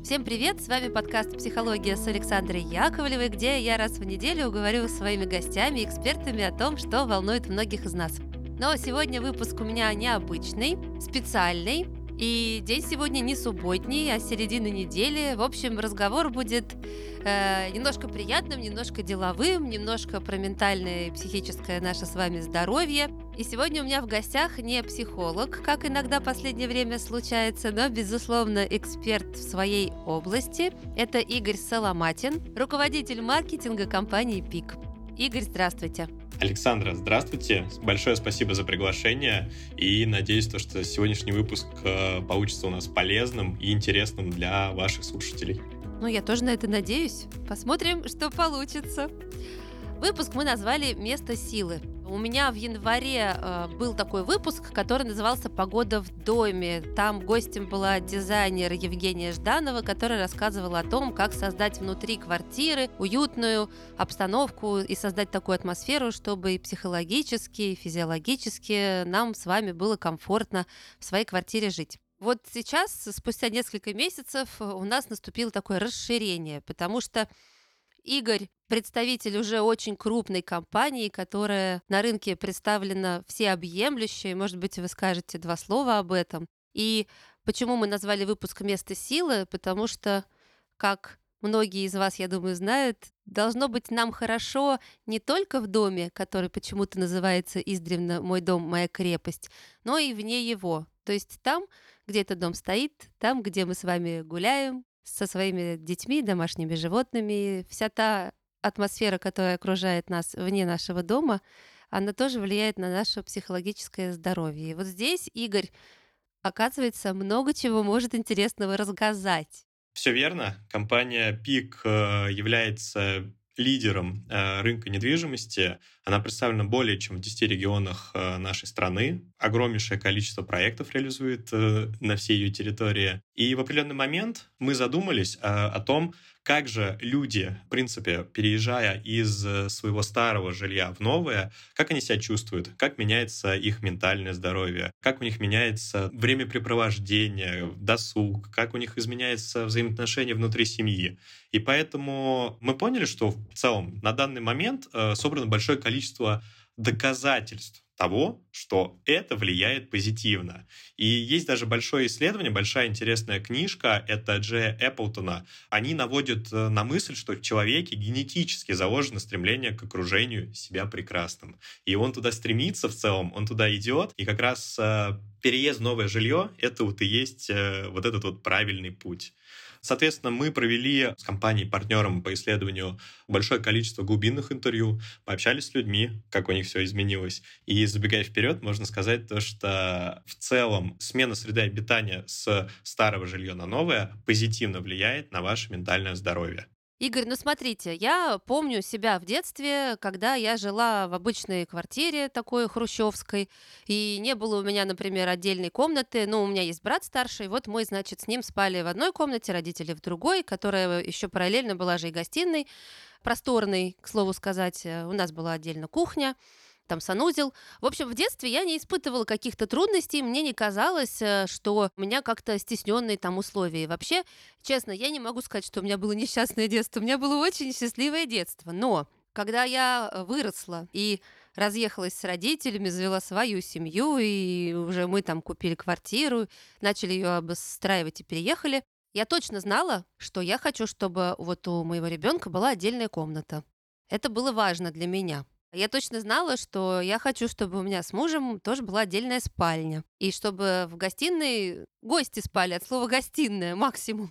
Всем привет! С вами подкаст «Психология» с Александрой Яковлевой, где я раз в неделю говорю с своими гостями, экспертами о том, что волнует многих из нас. Но сегодня выпуск у меня необычный, специальный. И день сегодня не субботний, а середина недели. В общем, разговор будет немножко приятным, немножко деловым, немножко про ментальное и психическое наше с вами здоровье. И сегодня у меня в гостях не психолог, как иногда в последнее время случается, но, безусловно, эксперт в своей области. Это Игорь Соломатин, руководитель маркетинга компании «Пик». Игорь, здравствуйте. Александра, здравствуйте. Большое спасибо за приглашение. И надеюсь, что сегодняшний выпуск получится у нас полезным и интересным для ваших слушателей. Я тоже на это надеюсь. Посмотрим, что получится. Выпуск мы назвали «Место силы». У меня в январе был такой выпуск, который назывался «Погода в доме». Там гостем была дизайнер Евгения Жданова, которая рассказывала о том, как создать внутри квартиры уютную обстановку и создать такую атмосферу, чтобы и психологически, и физиологически нам с вами было комфортно в своей квартире жить. Вот сейчас, спустя несколько месяцев, у нас наступило такое расширение, потому что Игорь – представитель уже очень крупной компании, которая на рынке представлена всеобъемлющей. Может быть, вы скажете два слова об этом. И почему мы назвали выпуск «Место силы»? Потому что, как многие из вас, я думаю, знают, должно быть нам хорошо не только в доме, который почему-то называется издревле «Мой дом, моя крепость», но и вне его. То есть там, где этот дом стоит, там, где мы с вами гуляем, со своими детьми, домашними животными. Вся та атмосфера, которая окружает нас вне нашего дома, она тоже влияет на наше психологическое здоровье. И вот здесь Игорь, оказывается, много чего может интересного рассказать. Все верно. Компания «Пик» является лидером рынка недвижимости. Она представлена более чем в 10 регионах нашей страны. Огромнейшее количество проектов реализует на всей ее территории. И в определенный момент мы задумались о том, как же люди, в принципе, переезжая из своего старого жилья в новое, как они себя чувствуют, как меняется их ментальное здоровье, как у них меняется времяпрепровождение, досуг, как у них изменяется взаимоотношения внутри семьи. И поэтому мы поняли, что в целом на данный момент собрано большое количество доказательств того, что это влияет позитивно. И есть даже большое исследование, большая интересная книжка, это Джея Эпплтона. Они наводят на мысль, что в человеке генетически заложено стремление к окружению себя прекрасным. И он туда стремится в целом, он туда идет, и как раз переезд в новое жилье — это вот и есть вот этот вот правильный путь. Соответственно, мы провели с компанией-партнером по исследованию большое количество глубинных интервью, пообщались с людьми, как у них все изменилось. И забегая вперед, можно сказать то, что в целом смена среды обитания с старого жилья на новое позитивно влияет на ваше ментальное здоровье. Игорь, смотрите, я помню себя в детстве, когда я жила в обычной квартире такой хрущевской, и не было у меня, например, отдельной комнаты. У меня есть брат старший, вот мы, значит, с ним спали в одной комнате, родители в другой, которая еще параллельно была же и гостиной, просторной, к слову сказать. У нас была отдельно кухня, там санузел. В общем, в детстве я не испытывала каких-то трудностей, мне не казалось, что у меня как-то стесненные там условия. И вообще, честно, я не могу сказать, что у меня было несчастное детство, у меня было очень счастливое детство. Но когда я выросла и разъехалась с родителями, завела свою семью, и уже мы там купили квартиру, начали ее обустраивать и переехали, я точно знала, что я хочу, чтобы вот у моего ребенка была отдельная комната. Это было важно для меня. Я точно знала, что я хочу, чтобы у меня с мужем тоже была отдельная спальня. И чтобы в гостиной гости спали, от слова «гостиная» максимум.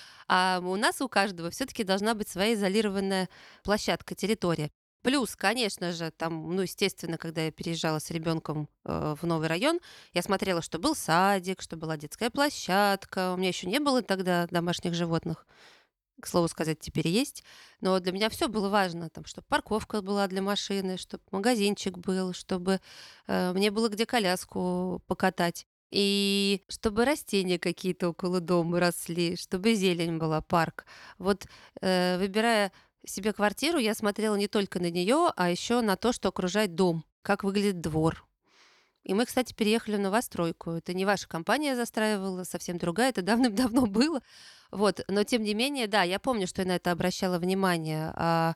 А у нас у каждого все-таки должна быть своя изолированная площадка, территория. Плюс, конечно же, там, естественно, когда я переезжала с ребенком в новый район, я смотрела, что был садик, что была детская площадка. У меня еще не было тогда домашних животных. К слову сказать, теперь есть. Но для меня все было важно, там, чтобы парковка была для машины, чтобы магазинчик был, чтобы мне было где коляску покатать. И чтобы растения какие-то около дома росли, чтобы зелень была, парк. Вот выбирая себе квартиру, я смотрела не только на нее, а еще на то, что окружает дом, как выглядит двор. И мы, кстати, переехали в новостройку. Это не ваша компания застраивала, совсем другая, это давным-давно было. Вот. Но тем не менее, да, я помню, что я на это обращала внимание.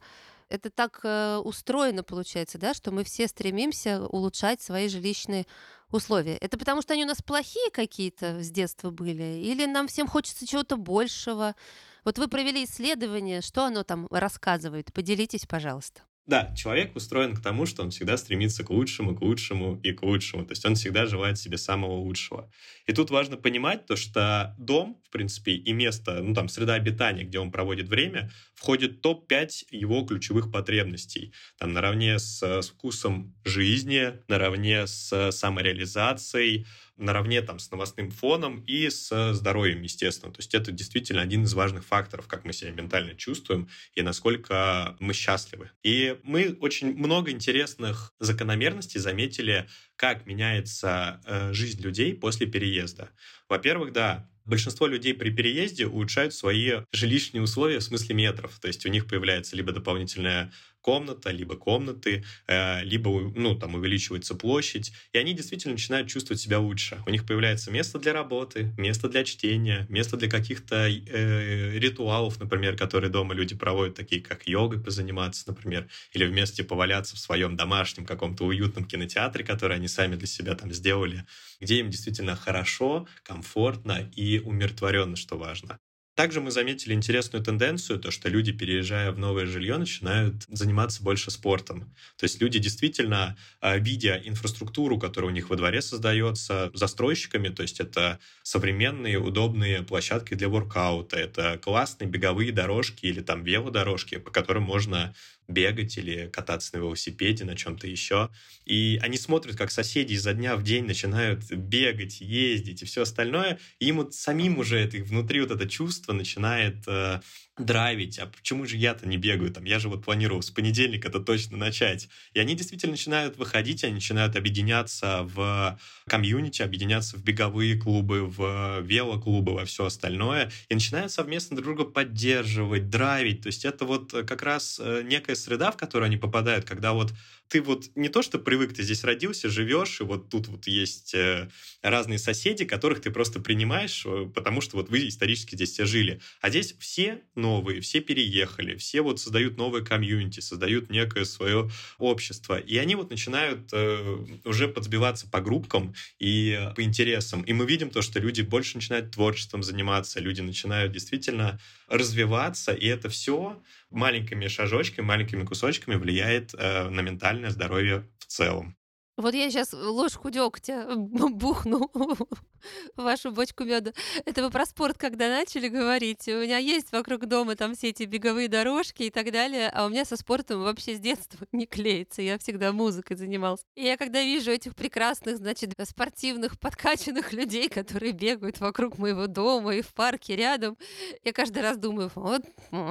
Это так устроено, получается, да, что мы все стремимся улучшать свои жилищные условия. Это потому, что они у нас плохие какие-то с детства были? Или нам всем хочется чего-то большего? Вот вы провели исследование, что оно там рассказывает? Поделитесь, пожалуйста. Да, человек устроен к тому, что он всегда стремится к лучшему, к лучшему и к лучшему. То есть он всегда желает себе самого лучшего. И тут важно понимать то, что дом, в принципе, и место, ну там, среда обитания, где он проводит время, входит в топ-5 его ключевых потребностей. Там наравне с вкусом жизни, наравне с самореализацией, наравне там с новостным фоном и с здоровьем, естественно. То есть это действительно один из важных факторов, как мы себя ментально чувствуем и насколько мы счастливы. И мы очень много интересных закономерностей заметили, как меняется жизнь людей после переезда. Во-первых, да, большинство людей при переезде улучшают свои жилищные условия в смысле метров. То есть у них появляется либо дополнительная комната, либо комнаты, либо ну, там, увеличивается площадь, и они действительно начинают чувствовать себя лучше. У них появляется место для работы, место для чтения, место для каких-то ритуалов, например, которые дома люди проводят, такие как йогой позаниматься, например, или вместе поваляться в своем домашнем каком-то уютном кинотеатре, который они сами для себя там сделали, где им действительно хорошо, комфортно и умиротворенно, что важно. Также мы заметили интересную тенденцию, то, что люди, переезжая в новое жилье, начинают заниматься больше спортом. То есть люди действительно, видя инфраструктуру, которая у них во дворе создается застройщиками, то есть это современные удобные площадки для воркаута, это классные беговые дорожки или там велодорожки, по которым можно бегать или кататься на велосипеде, на чем-то еще. И они смотрят, как соседи изо дня в день начинают бегать, ездить и все остальное, и им вот самим уже это, внутри вот это чувство начинает драйвить. А почему же я-то не бегаю? Там, я же вот планировал с понедельника это точно начать. И они действительно начинают выходить, они начинают объединяться в комьюнити, объединяться в беговые клубы, в велоклубы, во все остальное, и начинают совместно друг друга поддерживать, драйвить. То есть это вот как раз некая среда, в которую они попадают, когда вот ты вот не то, что привык, ты здесь родился, живешь, и вот тут вот есть разные соседи, которых ты просто принимаешь, потому что вот вы исторически здесь все жили. А здесь все новые, все переехали, все вот создают новое комьюнити, создают некое свое общество. И они вот начинают уже подсбиваться по группкам и по интересам. И мы видим то, что люди больше начинают творчеством заниматься, люди начинают действительно развиваться, и это все маленькими шажочками, маленькими кусочками влияет на ментальное здоровье в целом. Вот я сейчас ложку дегтя бухну в вашу бочку меда. Это вы про спорт когда начали говорить. У меня есть вокруг дома там все эти беговые дорожки и так далее, а у меня со спортом вообще с детства не клеится. Я всегда музыкой занималась. И я когда вижу этих прекрасных, значит, спортивных, подкачанных людей, которые бегают вокруг моего дома и в парке рядом, я каждый раз думаю, вот,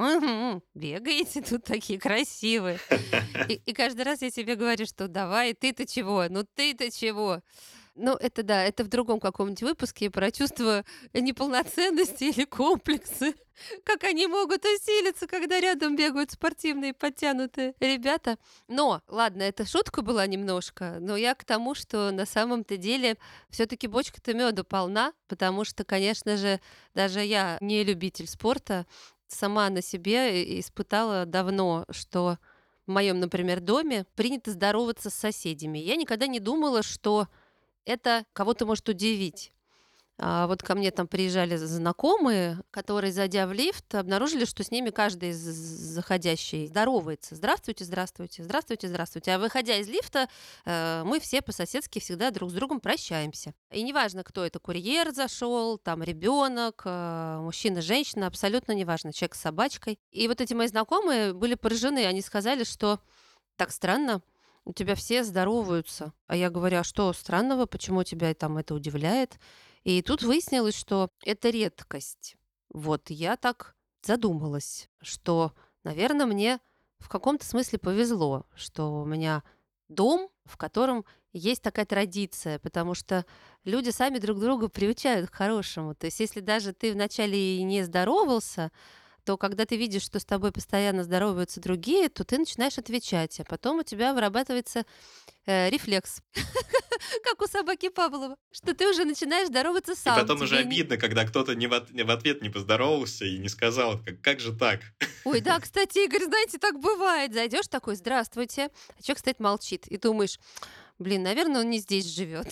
бегаете тут такие красивые. И каждый раз я себе говорю, что давай, ты-то чего? Ну ты-то чего? Ну, это да, это в другом каком-нибудь выпуске про чувство неполноценности или комплексы. Как они могут усилиться, когда рядом бегают спортивные подтянутые ребята. Но, ладно, это шутка была немножко, но я к тому, что на самом-то деле все-таки бочка-то меда полна, потому что, конечно же, даже я не любитель спорта, сама на себе испытала давно, что в моем, например, доме принято здороваться с соседями. Я никогда не думала, что это кого-то может удивить. Вот ко мне там приезжали знакомые, которые, зайдя в лифт, обнаружили, что с ними каждый из заходящий здоровается. Здравствуйте, здравствуйте, здравствуйте, здравствуйте. А выходя из лифта, мы все по-соседски всегда друг с другом прощаемся. И неважно, кто это, курьер зашел, там ребенок, мужчина, женщина, абсолютно неважно, человек с собачкой. И вот эти мои знакомые были поражены, они сказали, что так странно, у тебя все здороваются. А я говорю, а что странного, почему тебя там это удивляет? И тут выяснилось, что это редкость. Вот я так задумалась, что, наверное, мне в каком-то смысле повезло, что у меня дом, в котором есть такая традиция, потому что люди сами друг друга приучают к хорошему. То есть если даже ты вначале и не здоровался, то когда ты видишь, что с тобой постоянно здороваются другие, то ты начинаешь отвечать, а потом у тебя вырабатывается рефлекс, как у собаки Павлова, что ты уже начинаешь здороваться И сам. потом уже Тебе не... обидно, когда кто-то в ответ не поздоровался и не сказал, как же так? Ой, да, кстати, Игорь, знаете, так бывает. Зайдешь такой, здравствуйте, а человек стоит молчит, и думаешь, блин, наверное, он не здесь живет.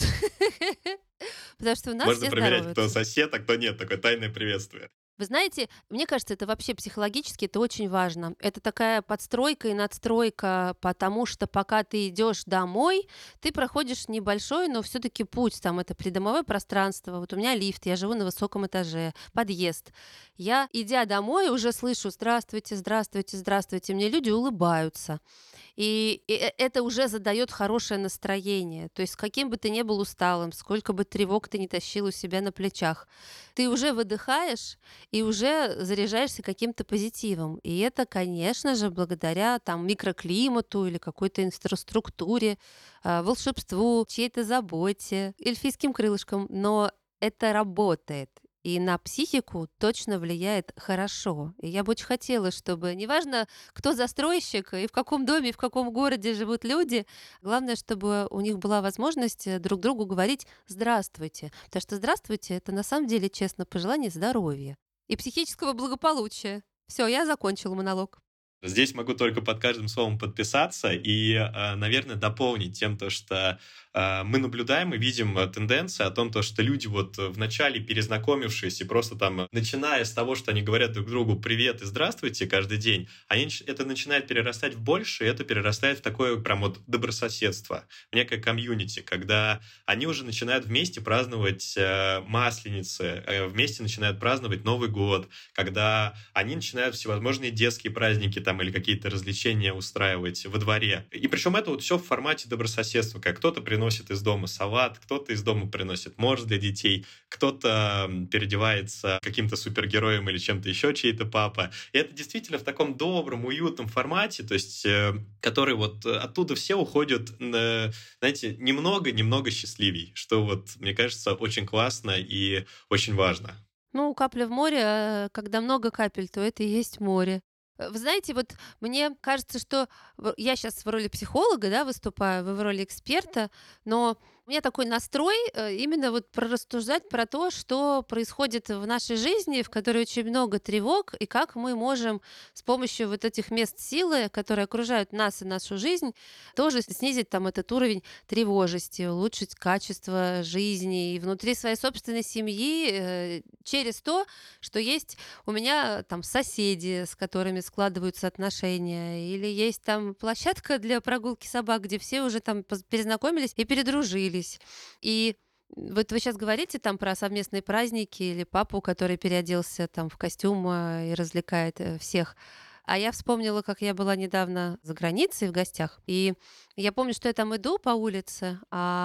Потому что у нас Можно все проверять, кто здороваются. сосед, а кто нет. Такое тайное приветствие. Вы знаете, мне кажется, это вообще психологически это очень важно. Это такая подстройка и надстройка, потому что пока ты идешь домой, ты проходишь небольшой, но все-таки путь. Там это придомовое пространство. Вот у меня лифт, я живу на высоком этаже, подъезд. Я, идя домой, уже слышу «Здравствуйте, здравствуйте, здравствуйте». Мне люди улыбаются. И это уже задает хорошее настроение. То есть с каким бы ты ни был усталым, сколько бы тревог ты ни тащил у себя на плечах, ты уже выдыхаешь и уже заряжаешься каким-то позитивом. И это, конечно же, благодаря там микроклимату или какой-то инфраструктуре, волшебству, чьей-то заботе, эльфийским крылышкам. Но это работает. И на психику точно влияет хорошо. И я бы очень хотела, чтобы, неважно, кто застройщик и в каком доме, и в каком городе живут люди, главное, чтобы у них была возможность друг другу говорить «здравствуйте». Потому что «здравствуйте» — это на самом деле, честно, пожелание здоровья и психического благополучия. Все, я закончила монолог. Здесь могу только под каждым словом подписаться и, наверное, дополнить тем, то, что мы наблюдаем и видим тенденции о том, то, что люди вот вначале перезнакомившись и просто там, начиная с того, что они говорят друг другу «привет» и «здравствуйте» каждый день, это начинает перерастать в больше, и это перерастает в такое прям вот добрососедство, в некое комьюнити, когда они уже начинают вместе праздновать Масленицы, вместе начинают праздновать Новый год, когда они начинают всевозможные детские праздники там или какие-то развлечения устраивать во дворе. И причем это вот все в формате добрососедства, как кто-то приносит из дома салат, кто-то из дома приносит морс для детей, кто-то переодевается каким-то супергероем или чем-то еще, чей-то папа. И это действительно в таком добром, уютном формате, то есть, который вот оттуда все уходят, знаете, немного счастливей, что вот, мне кажется, очень классно и очень важно. Ну, капля в море, когда много капель, то это и есть море. Вы знаете, вот мне кажется, что я сейчас в роли психолога, да, выступаю, вы в роли эксперта, но у меня такой настрой именно вот прорассуждать про то, что происходит в нашей жизни, в которой очень много тревог, и как мы можем с помощью вот этих мест силы, которые окружают нас и нашу жизнь, тоже снизить там этот уровень тревожности, улучшить качество жизни и внутри своей собственной семьи через то, что есть у меня там соседи, с которыми складываются отношения, или есть там площадка для прогулки собак, где все уже там перезнакомились и передружились. И вот вы сейчас говорите там про совместные праздники или папу, который переоделся там в костюм и развлекает всех. А я вспомнила, как я была недавно за границей в гостях, и я помню, что я там иду по улице,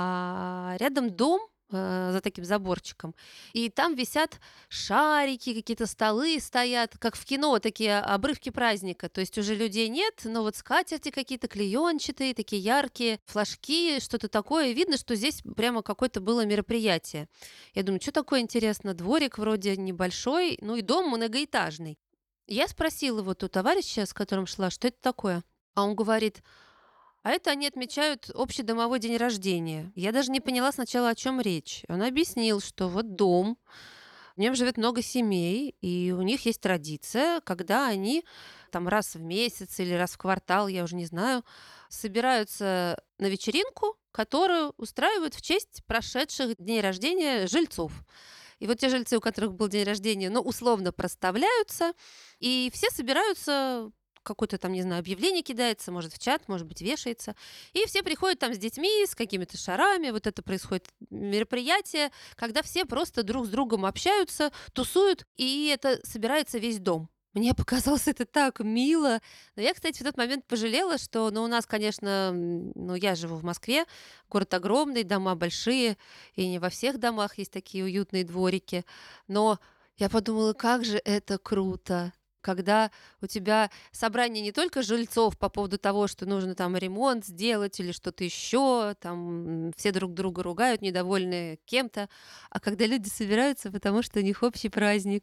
а рядом дом за таким заборчиком, и там висят шарики, какие-то столы стоят, как в кино, такие обрывки праздника. То есть уже людей нет, но вот скатерти какие-то клеенчатые, такие яркие, флажки, что-то такое. И видно, что здесь прямо какое-то было мероприятие. Я думаю, что такое интересно? Дворик вроде небольшой, ну и дом многоэтажный. Я спросила вот у товарища, с которым шла, что это такое. А он говорит, а это они отмечают общий домовой день рождения. Я даже не поняла сначала, о чем речь. Он объяснил, что вот дом, в нем живет много семей, и у них есть традиция, когда они там раз в месяц или раз в квартал, я уже не знаю, собираются на вечеринку, которую устраивают в честь прошедших дней рождения жильцов. И вот те жильцы, у которых был день рождения, ну, условно проставляются, и все собираются, какое-то там, не знаю, объявление кидается, может, в чат, может быть, вешается. И все приходят там с детьми, с какими-то шарами. Вот это происходит мероприятие, когда все просто друг с другом общаются, тусуют, и это собирается весь дом. Мне показалось это так мило. Но я, кстати, в тот момент пожалела, что, ну, у нас, конечно, ну, я живу в Москве, город огромный, дома большие, и не во всех домах есть такие уютные дворики. Но я подумала, как же это круто, когда у тебя собрание не только жильцов по поводу того, что нужно там ремонт сделать или что-то еще, там все друг друга ругают, недовольны кем-то, а когда люди собираются, потому что у них общий праздник.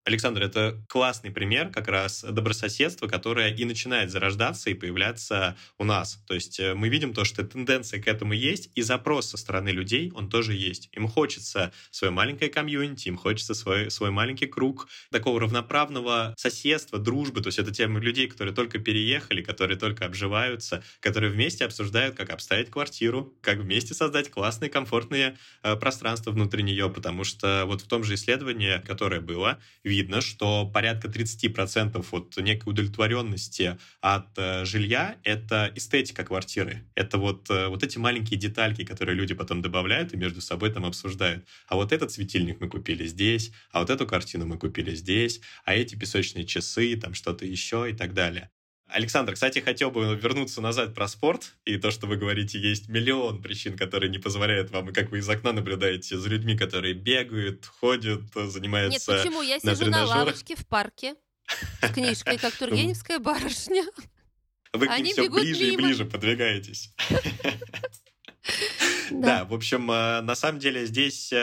Александр, это классный пример как раз добрососедства, которое и начинает зарождаться и появляться у нас. То есть мы видим то, что тенденция к этому есть, и запрос со стороны людей, он тоже есть. Им хочется свое маленькое комьюнити, им хочется свой маленький круг такого равноправного соседства, дружбы. То есть это тема людей, которые только переехали, которые только обживаются, которые вместе обсуждают, как обставить квартиру, как вместе создать классные, комфортные пространства внутри нее. Потому что вот в том же исследовании, которое было, видно, что порядка 30% от некой удовлетворенности от жилья — это эстетика квартиры. Это вот эти маленькие детальки, которые люди потом добавляют и между собой там обсуждают. А вот этот светильник мы купили здесь, а вот эту картину мы купили здесь, а эти песочные часы, там что-то еще и так далее. Александр, кстати, хотел бы вернуться назад про спорт и то, что вы говорите, есть миллион причин, которые не позволяют вам, и как вы из окна наблюдаете за людьми, которые бегают, ходят, Нет, занимаются почему? Я на сижу на тренажерах. лавочке в парке с книжкой, как тургеневская барышня. Вы к ним Они все бегут ближе и мимо. ближе подвигаетесь. Да. Да, в общем, на самом деле здесь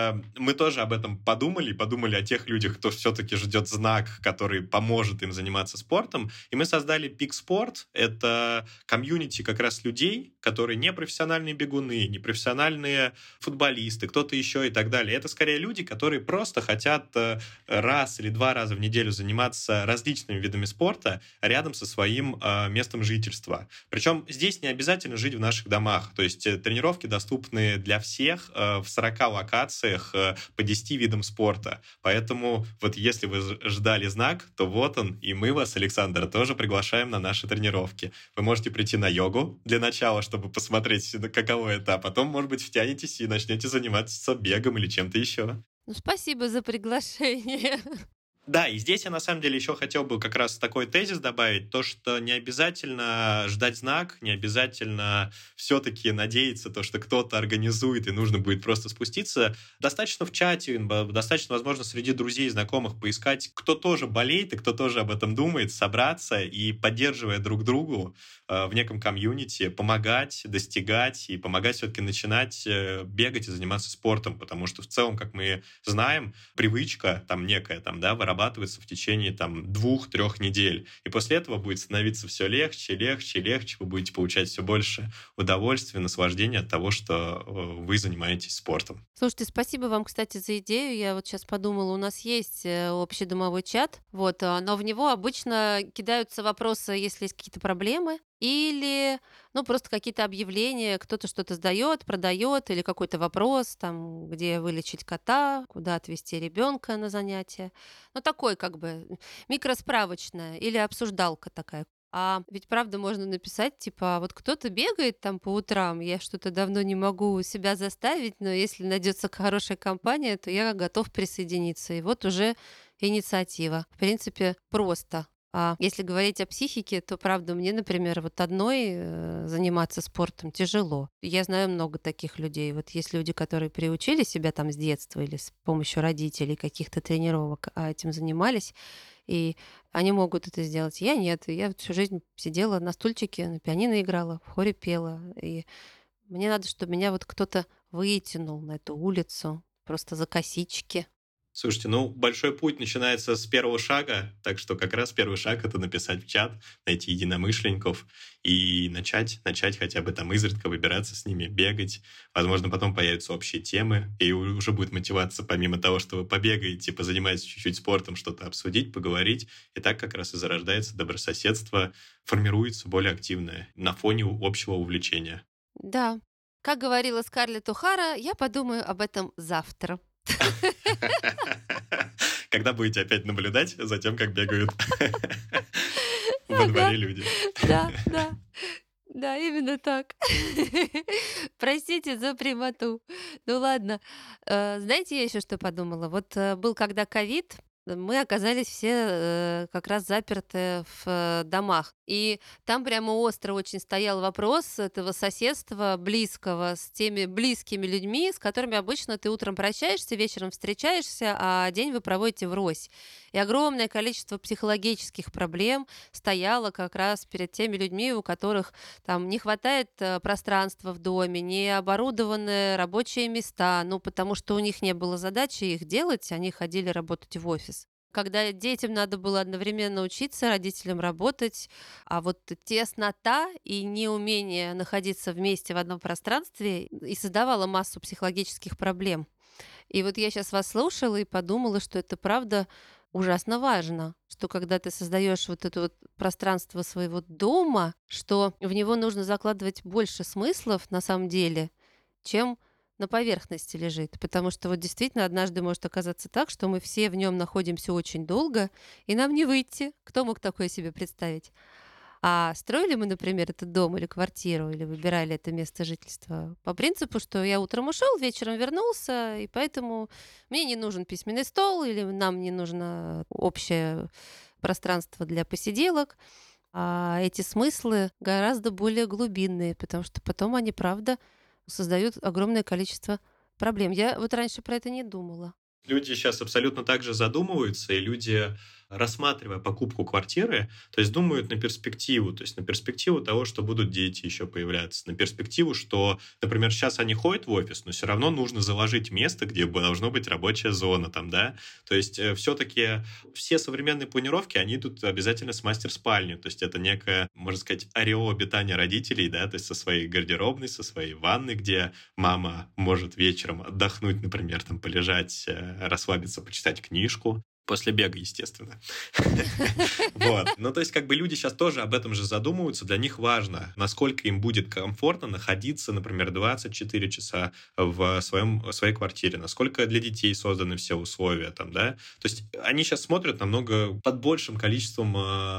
мы тоже об этом подумали о тех людях, кто все-таки ждет знак, который поможет им заниматься спортом. И мы создали Peak Sport. Это комьюнити как раз людей, которые не профессиональные бегуны, не профессиональные футболисты, кто-то еще и так далее. Это скорее люди, которые просто хотят раз или два раза в неделю заниматься различными видами спорта рядом со своим местом жительства. Причем здесь не обязательно жить в наших домах. То есть тренировки доступны для всех в 40 локациях по 10 видам спорта. Поэтому вот если вы ждали знак, то вот он, и мы вас, Александр, тоже приглашаем на наши тренировки. Вы можете прийти на йогу для начала, чтобы посмотреть, каково это, а потом, может быть, втянетесь и начнете заниматься бегом или чем-то еще. Ну, спасибо за приглашение. Да, и здесь я на самом деле еще хотел бы как раз такой тезис добавить, то, что не обязательно ждать знак, не обязательно все-таки надеяться, то, что кто-то организует и нужно будет просто спуститься. Достаточно в чате, достаточно, возможно, среди друзей и знакомых поискать, кто тоже болеет и кто тоже об этом думает, собраться и, поддерживая друг другу в неком комьюнити, помогать, достигать и помогать все-таки начинать бегать и заниматься спортом, потому что в целом, как мы знаем, привычка там некая, там, да, вырабатывается в течение там 2-3 недель. И после этого будет становиться все легче, легче, легче. Вы будете получать все больше удовольствия, наслаждения от того, что вы занимаетесь спортом. Слушайте, спасибо вам, кстати, за идею. Я вот сейчас подумала, у нас есть общий домовой чат, вот, но в него обычно кидаются вопросы, если есть какие-то проблемы, или, ну, просто какие-то объявления, кто-то что-то сдает, продает, или какой-то вопрос, там, где вылечить кота, куда отвезти ребенка на занятия. Ну, такой как бы микросправочная или обсуждалка такая. А ведь правда можно написать, типа, вот кто-то бегает там по утрам, я что-то давно не могу себя заставить, но если найдется хорошая компания, то я готов присоединиться. И вот уже инициатива. В принципе, просто. А если говорить о психике, то, правда, мне, например, вот одной заниматься спортом тяжело. Я знаю много таких людей. Вот есть люди, которые приучили себя там с детства или с помощью родителей каких-то тренировок, этим занимались, и они могут это сделать. Я нет. И я всю жизнь сидела на стульчике, на пианино играла, в хоре пела. И мне надо, чтобы меня вот кто-то вытянул на эту улицу просто за косички. Слушайте, ну, большой путь начинается с первого шага, так что как раз первый шаг — это написать в чат, найти единомышленников и начать хотя бы там изредка выбираться с ними, бегать. Возможно, потом появятся общие темы, и уже будет мотивация, помимо того, что вы побегаете, позанимаетесь чуть-чуть спортом, что-то обсудить, поговорить. И так как раз и зарождается добрососедство, формируется более активное на фоне общего увлечения. Да. Как говорила Скарлетт О'Хара, я подумаю об этом завтра. Когда будете опять наблюдать за тем, как бегают во Ага. дворе люди. Да, да. Да, именно так. Простите за прямоту. Ну ладно. Знаете, я еще что подумала? Вот был когда ковид, мы оказались все как раз заперты в домах. И там прямо остро очень стоял вопрос этого соседства близкого с теми близкими людьми, с которыми обычно ты утром прощаешься, вечером встречаешься, а день вы проводите врозь. И огромное количество психологических проблем стояло как раз перед теми людьми, у которых там не хватает пространства в доме, не оборудованы рабочие места, ну, потому что у них не было задачи их делать, они ходили работать в офис. когда детям надо было одновременно учиться, родителям работать, а вот теснота и неумение находиться вместе в одном пространстве и создавала массу психологических проблем. И вот я сейчас вас слушала и подумала, что это правда ужасно важно, что когда ты создаешь вот это вот пространство своего дома, что в него нужно закладывать больше смыслов на самом деле, чем на поверхности лежит. Потому что вот действительно однажды может оказаться так, что мы все в нем находимся очень долго, и нам не выйти. Кто мог такое себе представить? А строили мы, например, этот дом или квартиру, или выбирали это место жительства по принципу, что я утром ушел, вечером вернулся, и поэтому мне не нужен письменный стол, или нам не нужно общее пространство для посиделок. А эти смыслы гораздо более глубинные, потому что потом они, правда, создают огромное количество проблем. Я вот раньше про это не думала. Люди сейчас абсолютно так же задумываются, и люди, рассматривая покупку квартиры, то есть думают на перспективу, то есть на перспективу того, что будут дети еще появляться, на перспективу, что, например, сейчас они ходят в офис, но все равно нужно заложить место, где должна быть рабочая зона там, да, то есть все-таки все современные планировки, они идут обязательно с мастер-спальни, то есть это некое, можно сказать, ореол обитания родителей, да, то есть со своей гардеробной, со своей ванной, где мама может вечером отдохнуть, например, там полежать, расслабиться, почитать книжку. После бега, естественно. Вот. Ну, то есть, как бы люди сейчас тоже об этом же задумываются. Для них важно, насколько им будет комфортно находиться, например, 24 часа своей квартире, насколько для детей созданы все условия там, да. То есть, они сейчас смотрят намного под большим количеством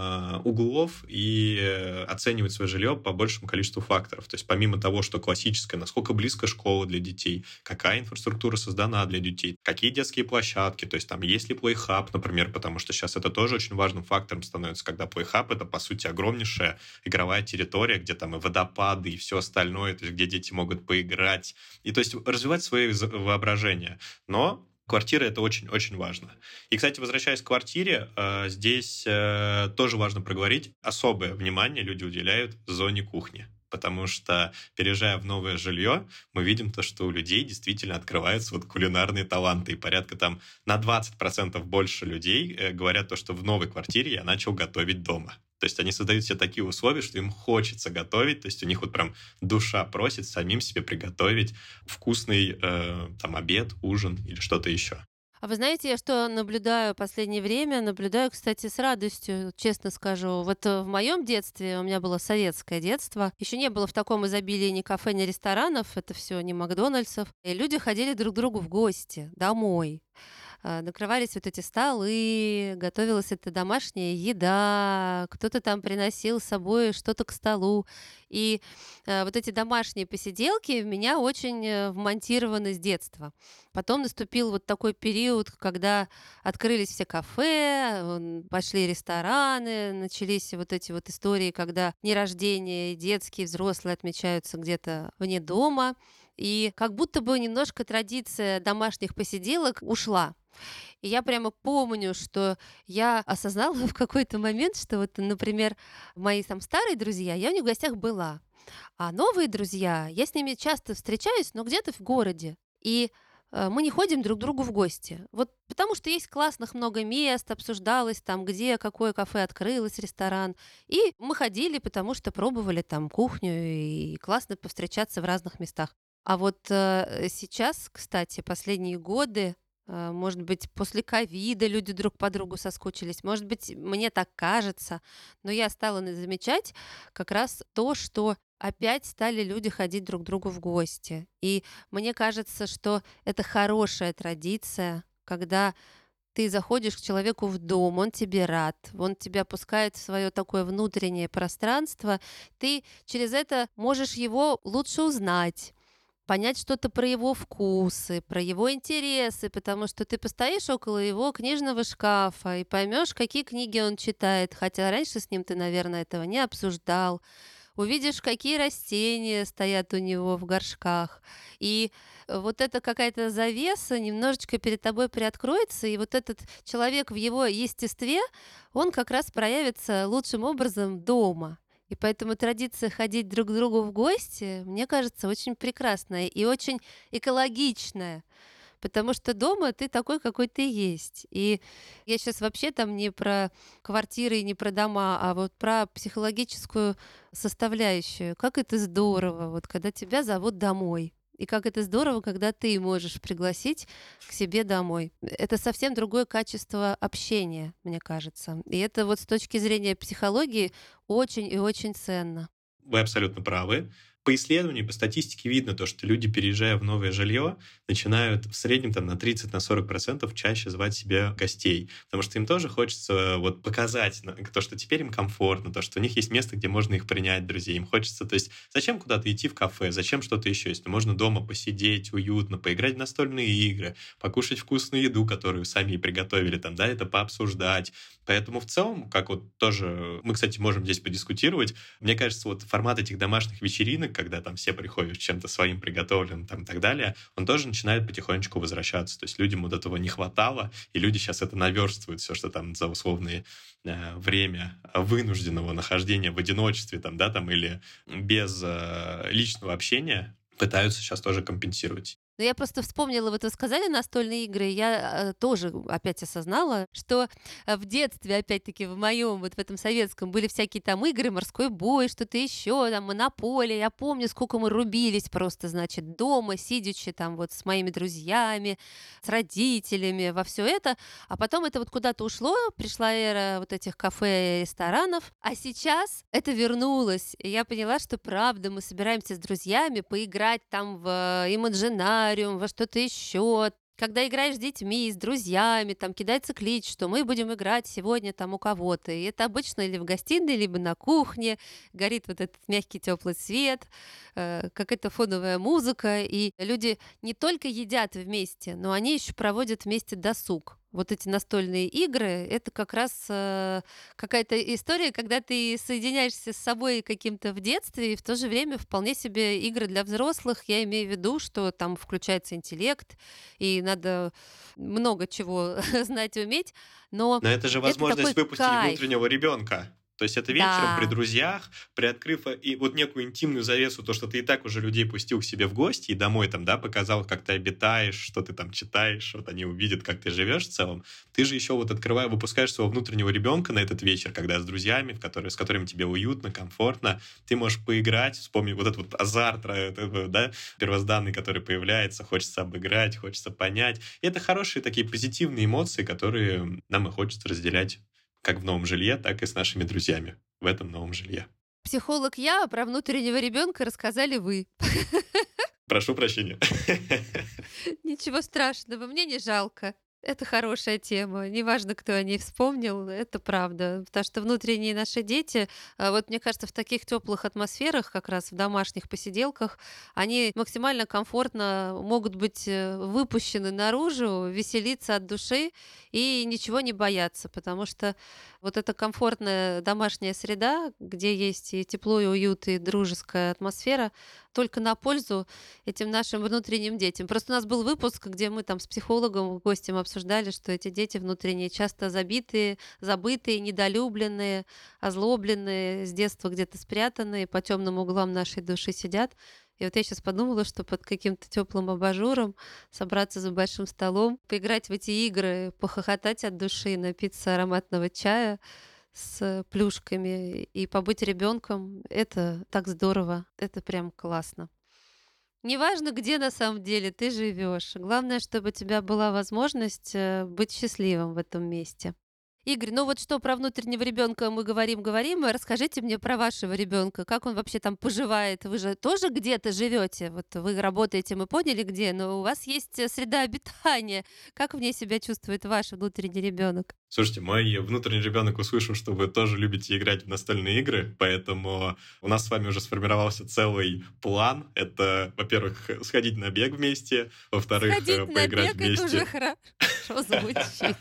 углов и оценивают свое жилье по большему количеству факторов. То есть, помимо того, что классическое, насколько близко школа для детей, какая инфраструктура создана для детей, какие детские площадки, то есть, там, есть ли плейхаб, например, потому что сейчас это тоже очень важным фактором становится, когда плейхаб — это, по сути, огромнейшая игровая территория, где там и водопады, и все остальное, то есть где дети могут поиграть, и то есть развивать свое воображение. Но квартира — это очень-очень важно. И, кстати, возвращаясь к квартире, здесь тоже важно проговорить, особое внимание люди уделяют зоне кухни. Потому что, переезжая в новое жилье, мы видим то, что у людей действительно открываются вот кулинарные таланты. И порядка там на 20% больше людей говорят то, что в новой квартире я начал готовить дома. То есть они создают себе такие условия, что им хочется готовить. То есть у них вот прям душа просит самим себе приготовить вкусный там обед, ужин или что-то еще. А вы знаете, я что наблюдаю в последнее время? Наблюдаю, кстати, с радостью, честно скажу. Вот в моем детстве, у меня было советское детство, еще не было в таком изобилии ни кафе, ни ресторанов, это все не Макдональдсов. И люди ходили друг к другу в гости домой. Накрывались вот эти столы, готовилась эта домашняя еда, кто-то там приносил с собой что-то к столу. И вот эти домашние посиделки в меня очень вмонтированы с детства. Потом наступил вот такой период, когда открылись все кафе, пошли рестораны, начались вот эти вот истории, когда дни рождения, детские, взрослые отмечаются где-то вне дома. И как будто бы немножко традиция домашних посиделок ушла. И я прямо помню, что я осознала в какой-то момент, что вот, например, мои там старые друзья, я у них в гостях была, а новые друзья, я с ними часто встречаюсь, но где-то в городе. И мы не ходим друг к другу в гости. Вот потому что есть классных много мест, обсуждалось там, где какое кафе открылось, ресторан. И мы ходили, потому что пробовали там кухню, и классно повстречаться в разных местах. А вот сейчас, кстати, последние годы, может быть, после ковида люди друг по другу соскучились, может быть, мне так кажется, но я стала замечать как раз то, что опять стали люди ходить друг к другу в гости. И мне кажется, что это хорошая традиция, когда ты заходишь к человеку в дом, он тебе рад, он тебя пускает в свое такое внутреннее пространство, ты через это можешь его лучше узнать, понять что-то про его вкусы, про его интересы, потому что ты постоишь около его книжного шкафа и поймешь, какие книги он читает, хотя раньше с ним ты, наверное, этого не обсуждал. Увидишь, какие растения стоят у него в горшках. И вот эта какая-то завеса немножечко перед тобой приоткроется, и вот этот человек в его естестве, он как раз проявится лучшим образом дома. И поэтому традиция ходить друг к другу в гости, мне кажется, очень прекрасная и очень экологичная. Потому что дома ты такой, какой ты есть. И я сейчас вообще там не про квартиры и не про дома, а вот про психологическую составляющую. Как это здорово, вот когда тебя зовут домой. И как это здорово, когда ты можешь пригласить к себе домой. Это совсем другое качество общения, мне кажется. И это вот с точки зрения психологии очень и очень ценно. Вы абсолютно правы. По исследованию, по статистике видно то, что люди, переезжая в новое жилье, начинают в среднем там, на 30-40% чаще звать себе гостей. Потому что им тоже хочется вот показать то, что теперь им комфортно, то, что у них есть место, где можно их принять, друзей. Им хочется, то есть зачем куда-то идти в кафе, зачем что-то еще, если можно дома посидеть уютно, поиграть в настольные игры, покушать вкусную еду, которую сами приготовили, там, да, это пообсуждать. Поэтому в целом, как вот тоже, мы, кстати, можем здесь подискутировать, мне кажется, вот формат этих домашних вечеринок, когда там все приходят с чем-то своим приготовленным там, и так далее, он тоже начинает потихонечку возвращаться. То есть людям вот этого не хватало, и люди сейчас это наверстывают, все, что там за условные время вынужденного нахождения в одиночестве там, да, там, или без личного общения, пытаются сейчас тоже компенсировать. Но я просто вспомнила, вот вы сказали настольные игры, я тоже опять осознала, что в детстве, опять-таки, в моем, вот в этом советском, были всякие там игры, морской бой, что-то еще, там, монополия. Я помню, сколько мы рубились просто, значит, дома, сидячи там вот с моими друзьями, с родителями, во все это. А потом это вот куда-то ушло, пришла эра вот этих кафе и ресторанов, а сейчас это вернулось. И я поняла, что правда, мы собираемся с друзьями поиграть там в Imaginarium, во что-то еще. Когда играешь с детьми, с друзьями, там кидается клич, что мы будем играть сегодня там у кого-то. И это обычно или в гостиной, либо на кухне. Горит вот этот мягкий теплый свет, какая-то фоновая музыка. И люди не только едят вместе, но они еще проводят вместе досуг. Вот эти настольные игры — это как раз какая-то история, когда ты соединяешься с собой каким-то в детстве, и в то же время вполне себе игры для взрослых. Я имею в виду, что там включается интеллект, и надо много чего знать и уметь, но Но это же это такой возможность выпустить кайф. внутреннего ребенка. То есть это вечером при Да, друзьях, приоткрыв и вот некую интимную завесу, то, что ты и так уже людей пустил к себе в гости и домой там, да, показал, как ты обитаешь, что ты там читаешь, вот они увидят, как ты живешь в целом. Ты же еще вот открывая, выпускаешь своего внутреннего ребенка на этот вечер, когда с друзьями, с которыми тебе уютно, комфортно, ты можешь поиграть, вспомнить вот этот вот азарт, да, первозданный, который появляется, хочется обыграть, хочется понять. И это хорошие такие позитивные эмоции, которые нам и хочется разделять как в новом жилье, так и с нашими друзьями в этом новом жилье. психолог я, а про внутреннего ребенка рассказали вы. Прошу прощения. Ничего страшного, мне не жалко. Это хорошая тема. Неважно, кто о ней вспомнил, это правда. Потому что внутренние наши дети, вот мне кажется, в таких теплых атмосферах, как раз в домашних посиделках, они максимально комфортно могут быть выпущены наружу, веселиться от души и ничего не бояться. Потому что вот эта комфортная домашняя среда, где есть и тепло, и уют, и дружеская атмосфера, только на пользу этим нашим внутренним детям. Просто у нас был выпуск, где мы там с психологом, гостем обсуждали, что эти дети внутренние часто забитые, забытые, недолюбленные, озлобленные, с детства где-то спрятанные, по темным углам нашей души сидят. И вот я сейчас подумала, что под каким-то теплым абажуром собраться за большим столом, поиграть в эти игры, похохотать от души, напиться ароматного чая с плюшками и побыть ребенком — это так здорово, это прям классно. Неважно, где на самом деле ты живешь, главное, чтобы у тебя была возможность быть счастливым в этом месте. Игорь, ну вот что про внутреннего ребенка мы говорим, расскажите мне про вашего ребенка, как он вообще там поживает. Вы же тоже где-то живете, вот вы работаете, мы поняли где, но у вас есть среда обитания. Как в ней себя чувствует ваш внутренний ребенок? Слушайте, мой внутренний ребенок услышал, что вы тоже любите играть в настольные игры, поэтому у нас с вами уже сформировался целый план. Это, во-первых, сходить на бег вместе, во-вторых, Сходить на поиграть бег — это уже вместе. хорошо звучит.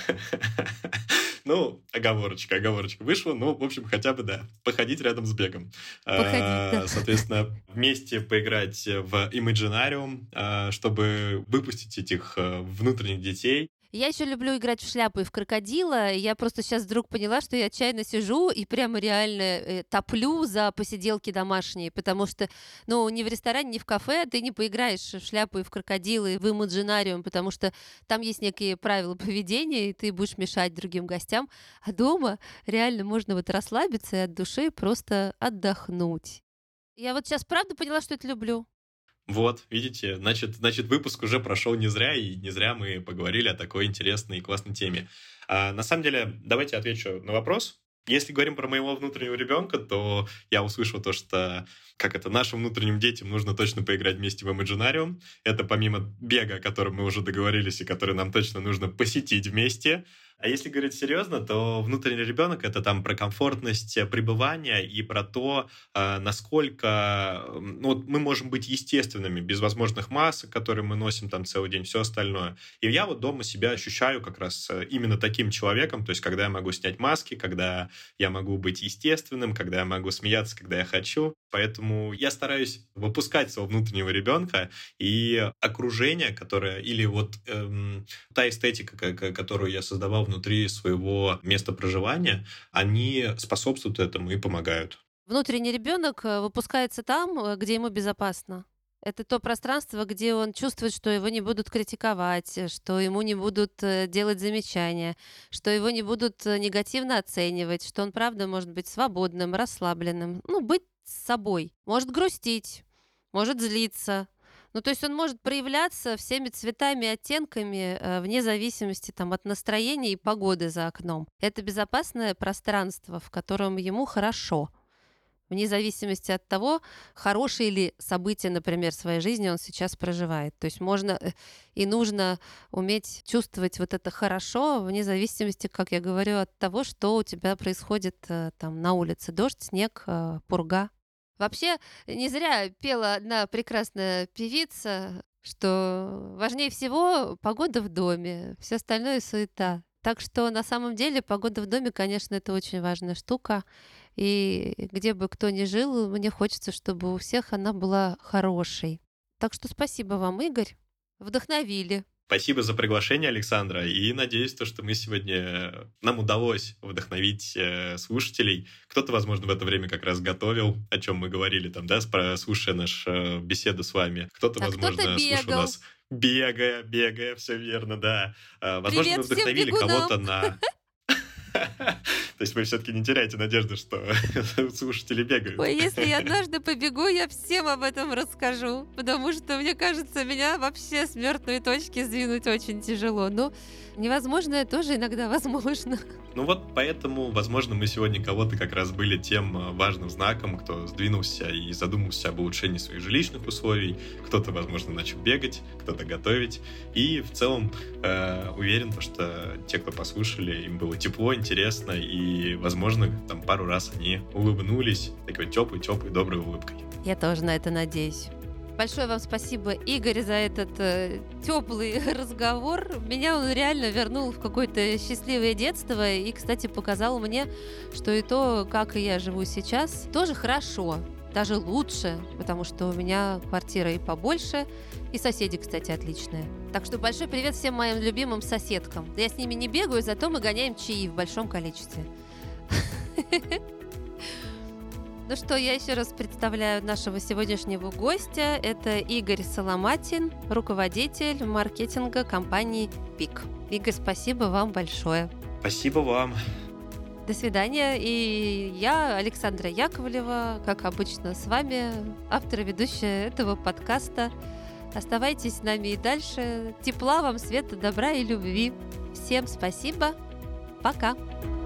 Ну, оговорочка вышла. Ну, в общем, хотя бы, да, походить рядом с бегом. Походить, да. Соответственно, вместе поиграть в Imaginarium, чтобы выпустить этих внутренних детей. Я еще люблю играть в шляпу и в крокодила. Я просто сейчас вдруг поняла, что я отчаянно сижу и прямо реально топлю за посиделки домашние, потому что, ну, ни в ресторане, ни в кафе ты не поиграешь в шляпу и в крокодила, и в имаджинариум, потому что там есть некие правила поведения, и ты будешь мешать другим гостям. А дома реально можно вот расслабиться и от души просто отдохнуть. Я вот сейчас правда поняла, что это люблю. Вот, видите, значит, выпуск уже прошел не зря, и не зря мы поговорили о такой интересной и классной теме. На самом деле, давайте отвечу на вопрос. Если говорим про моего внутреннего ребенка, то я услышал то, что нашим внутренним детям нужно точно поиграть вместе в Imaginarium. Это помимо бега, о котором мы уже договорились и который нам точно нужно посетить вместе. А если говорить серьезно, то внутренний ребенок — это там про комфортность пребывания и про то, насколько мы можем быть естественными, без возможных масок, которые мы носим там целый день, все остальное. И я вот дома себя ощущаю как раз именно таким человеком, то есть когда я могу снять маски, когда я могу быть естественным, когда я могу смеяться, когда я хочу. Поэтому я стараюсь выпускать своего внутреннего ребенка, и окружение, которое, или та эстетика, которую я создавал внутри своего места проживания, они способствуют этому и помогают. Внутренний ребенок выпускается там, где ему безопасно. Это то пространство, где он чувствует, что его не будут критиковать, что ему не будут делать замечания, что его не будут негативно оценивать, что он, правда, может быть свободным, расслабленным, ну, быть собой. Может грустить, может злиться. Ну, то есть он может проявляться всеми цветами и оттенками вне зависимости там, от настроения и погоды за окном. Это безопасное пространство, в котором ему хорошо. Вне зависимости от того, хорошие ли события, например, в своей жизни он сейчас проживает. То есть можно и нужно уметь чувствовать вот это хорошо, вне зависимости, как я говорю, от того, что у тебя происходит там на улице. Дождь, снег, пурга. Вообще, не зря пела одна прекрасная певица, что важнее всего погода в доме, все остальное суета. Так что на самом деле погода в доме, конечно, это очень важная штука. И где бы кто ни жил, мне хочется, чтобы у всех она была хорошей. Так что спасибо вам, Игорь. Вдохновили. Спасибо за приглашение, Александра, и надеюсь, что нам удалось вдохновить слушателей. Кто-то, возможно, в это время как раз готовил, о чем мы говорили там, да, слушая нашу беседу с вами. Кто-то, возможно, слушал нас бегая, все верно, да. Возможно, Привет мы вдохновили всем бегунам. кого-то на... То есть вы все-таки не теряете надежды, что слушатели бегают. Ой, если я однажды побегу, я всем об этом расскажу, потому что, мне кажется, меня вообще с мертвой точки сдвинуть очень тяжело. Но невозможное тоже иногда возможно. Ну вот поэтому, возможно, мы сегодня кого-то как раз были тем важным знаком, кто сдвинулся и задумался об улучшении своих жилищных условий. Кто-то, возможно, начал бегать, кто-то готовить. И в целом уверен, что те, кто послушали, им было тепло, интересно, и, возможно, там пару раз они улыбнулись такой теплой, доброй улыбкой. Я тоже на это надеюсь. Большое вам спасибо, Игорь, за этот теплый разговор. Меня он реально вернул в какое-то счастливое детство и, кстати, показал мне, что и то, как и я живу сейчас, тоже хорошо, даже лучше, потому что у меня квартира и побольше, и соседи, кстати, отличные. Так что большой привет всем моим любимым соседкам. Я с ними не бегаю, зато мы гоняем чаи в большом количестве. Ну что, я еще раз представляю нашего сегодняшнего гостя. Это Игорь Соломатин, руководитель маркетинга компании ПИК. Игорь, спасибо вам большое. Спасибо вам. До свидания. И я, Александра Яковлева, как обычно, с вами, автор и ведущая этого подкаста. Оставайтесь с нами и дальше. Тепла вам, света, добра и любви. Всем спасибо. Пока.